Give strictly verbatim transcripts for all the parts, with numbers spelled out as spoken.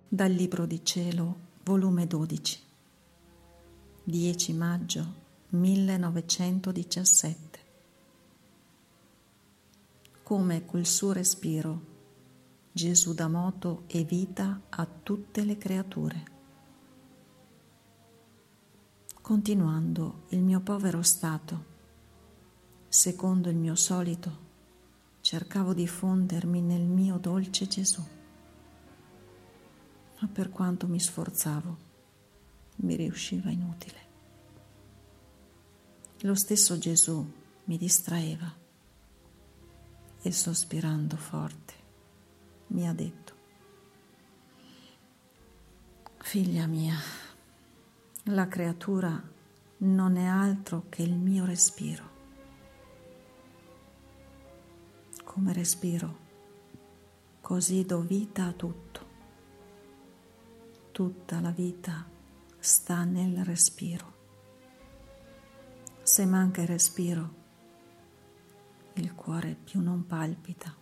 Dal Libro di Cielo, volume dodici, dieci maggio millenovecentodiciassette. Come col suo respiro Gesù dà moto e vita a tutte le creature. Continuando il mio povero stato, secondo il mio solito, cercavo di fondermi nel mio dolce Gesù. Ma per quanto mi sforzavo, mi riusciva inutile. Lo stesso Gesù mi distraeva e, sospirando forte, mi ha detto: figlia mia, la creatura non è altro che il mio respiro. Come respiro, così do vita a tutto. Tutta la vita sta nel respiro. Se manca il respiro, il cuore più non palpita,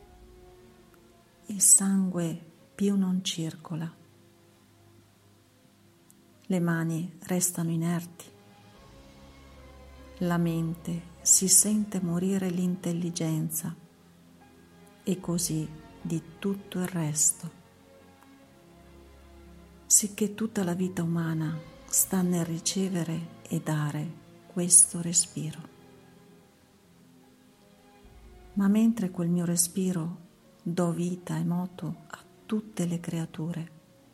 il sangue più non circola, le mani restano inerti, la mente si sente morire l'intelligenza e così di tutto il resto. Sicché tutta la vita umana sta nel ricevere e dare questo respiro. Ma mentre col mio respiro do vita e moto a tutte le creature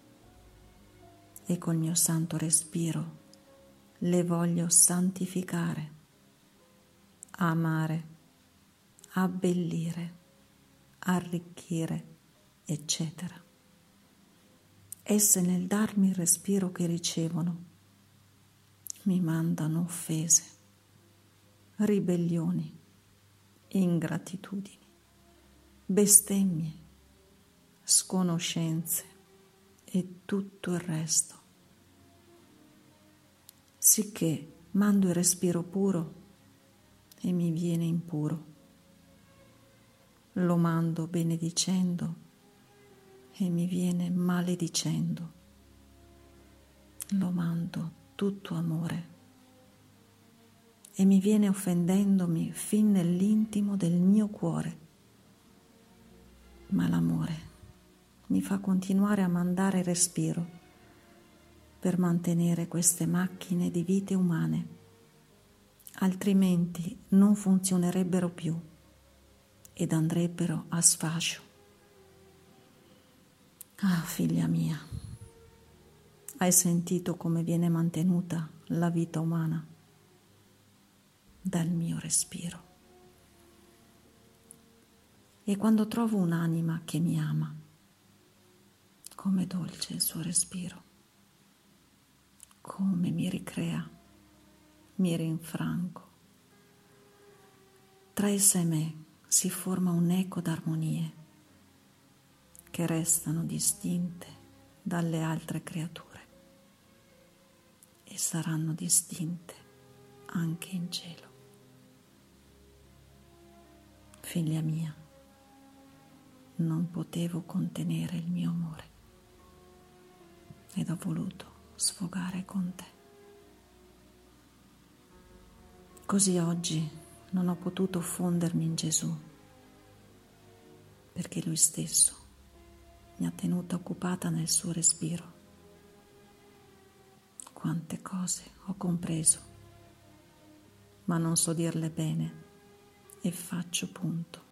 e col mio santo respiro le voglio santificare, amare, abbellire, arricchire, eccetera. Esse nel darmi il respiro che ricevono mi mandano offese, ribellioni, ingratitudini, bestemmie, sconoscenze e tutto il resto. Sicché mando il respiro puro e mi viene impuro. Lo mando benedicendo e mi viene maledicendo. Lo mando tutto amore e mi viene offendendomi fin nell'intimo del mio cuore. Ma l'amore mi fa continuare a mandare respiro per mantenere queste macchine di vite umane, altrimenti non funzionerebbero più ed andrebbero a sfascio. Ah, figlia mia, hai sentito come viene mantenuta la vita umana? Dal mio respiro. E quando trovo un'anima che mi ama, come dolce il suo respiro, come mi ricrea, mi rinfranco. Tra essa e me si forma un eco d'armonie che restano distinte dalle altre creature e saranno distinte anche in cielo. Figlia mia, non potevo contenere il mio amore ed ho voluto sfogare con te. Così oggi non ho potuto fondermi in Gesù, perché Lui stesso mi ha tenuta occupata nel suo respiro. Quante cose ho compreso, ma non so dirle bene e faccio punto.